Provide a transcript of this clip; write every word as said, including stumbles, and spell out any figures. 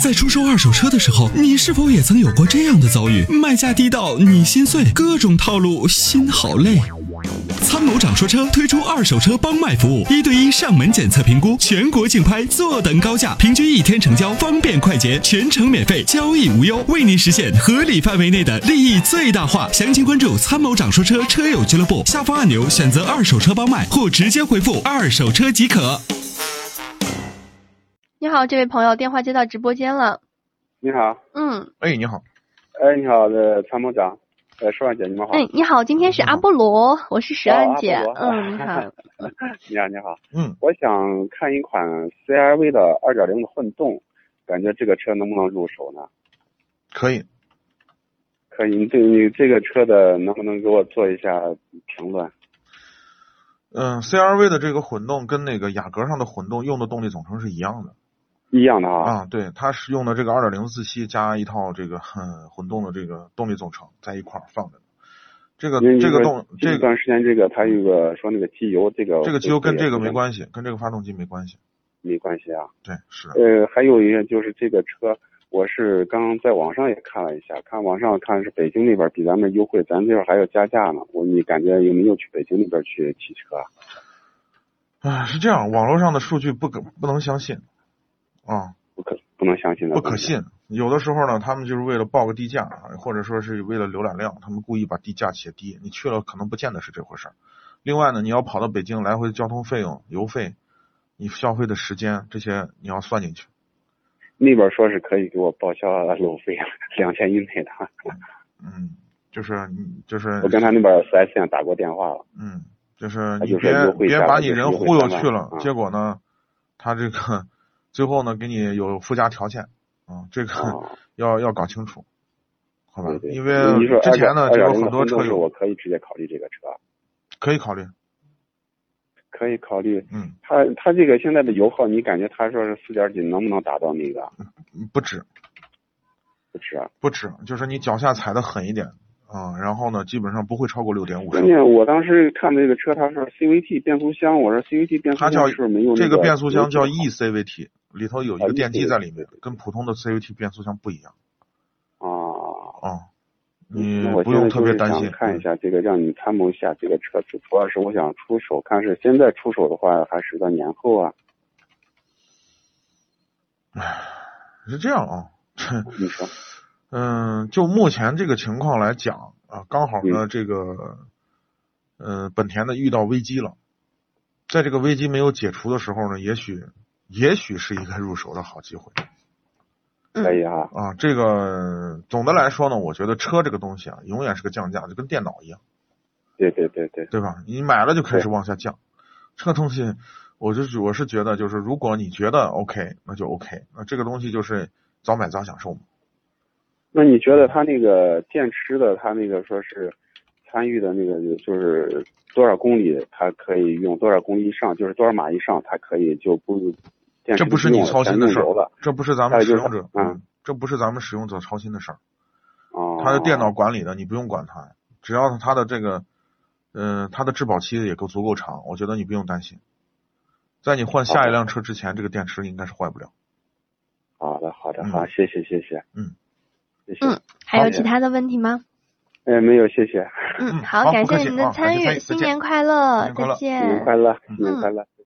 在出售二手车的时候，你是否也曾有过这样的遭遇？卖价低到你心碎，各种套路，心好累。参谋长说车推出二手车帮卖服务，一对一上门检测评估，全国竞拍，坐等高价，平均一天成交，方便快捷，全程免费，交易无忧，为您实现合理范围内的利益最大化。详情关注参谋长说车车友俱乐部，下方按钮选择二手车帮卖，或直接回复二手车即可。 你好，这位朋友，电话接到直播间了。 你好。 嗯。 哎，你好。 哎，你好，呃，参谋长。呃，石万姐，你们好。 哎，你好，今天是阿波罗，我是石安姐。 哦、 嗯，你好。 你好，你好。 嗯， 我想看一款 C R V 的 二点零 的混动，感觉这个车能不能入手呢？ 可以。 可以，你对你这个车的能不能给我做一下评论？ 嗯 ，C R V 的这个混动跟那个雅阁上的混动用的动力总成是一样的。 一样的啊。 啊，对，它是用的这个 二点零 自吸加一套这个、嗯、混动的这个动力总成在一块儿放着。这个这个动这段时间这个它有个说那个机油这个这个机油跟这个没关系，跟这个发动机没关系。 没关系啊。 对，是的。 呃，还有一个就是这个车，我是刚刚在网上也看了一下，看网上看是北京那边比咱们优惠，咱这边还要加价呢。我你感觉有没有去北京那边去提车？ 啊，是这样，网络上的数据不可不能相信。啊， 不可不能相信的， 不可信。有的时候呢，他们就是为了报个低价，或者说是为了浏览量，他们故意把低价写低，你去了可能不见得是这回事儿。另外呢，你要跑到北京来回交通费用、油费，你消费的时间这些你要算进去。 那边说是可以给我报销路费两千以内的。 嗯，就是就是我跟他那边四 S 店打过电话了。 嗯，就是你别别把你人忽悠去了， 啊、 结果呢，他这个。最后呢，给你有附加条件，啊，这个要、哦、要搞清楚，好吧？ 对对， 因为之前呢就有很多车友， 我可以直接考虑这个车， 可以考虑， 可以考虑。 嗯， 他他这个现在的油耗，你感觉他说是四点几，能不能达到那个？ 不止， 不止啊， 不止，就是你脚下踩的狠一点。啊、嗯，然后呢，基本上不会超过六点五升。 关键我当时看这个车，它说 C V T 变速箱，我说 C V T 变速箱是不是没有、那个、 这个变速箱叫 E C V T， 里头有一个电机在里面，啊、跟普通的 C V T 变速箱不一样。 啊啊，你不用特别担心。 看一下这个，让你参谋一下这个车子，主要是我想出手，看是现在出手的话，还是到年后啊？ 唉，是这样啊。 你说。 嗯，就目前这个情况来讲啊，刚好呢，这个，呃，本田的遇到危机了，在这个危机没有解除的时候呢，也许，也许是一个入手的好机会。 可以啊。 啊，这个总的来说呢，我觉得车这个东西啊，永远是个降价，就跟电脑一样。 对对对对。 对吧？你买了就开始往下降，这东西，我就是我是觉得，就是如果你觉得 OK， 那就 OK， 那这个东西就是早买早享受嘛。 那你觉得它那个电池的，它那个说是参与的那个就是多少公里，它可以用多少公里以上，就是多少码以上，它可以就不电池这不是你操心的事儿了， 这不是咱们使用者， 嗯， 这不是咱们使用者操心的事儿。 哦， 它的电脑管理的，你不用管它，只要它的这个，呃，它的质保期也够足够长，我觉得你不用担心。在你换下一辆车之前，这个电池应该是坏不了。 好的，好的，好，谢谢，谢谢， 嗯。 嗯，还有其他的问题吗？ 哎，没有，谢谢。 嗯，好，感谢您的参与，新年快乐，再见。 新年快乐，新年快乐。 嗯。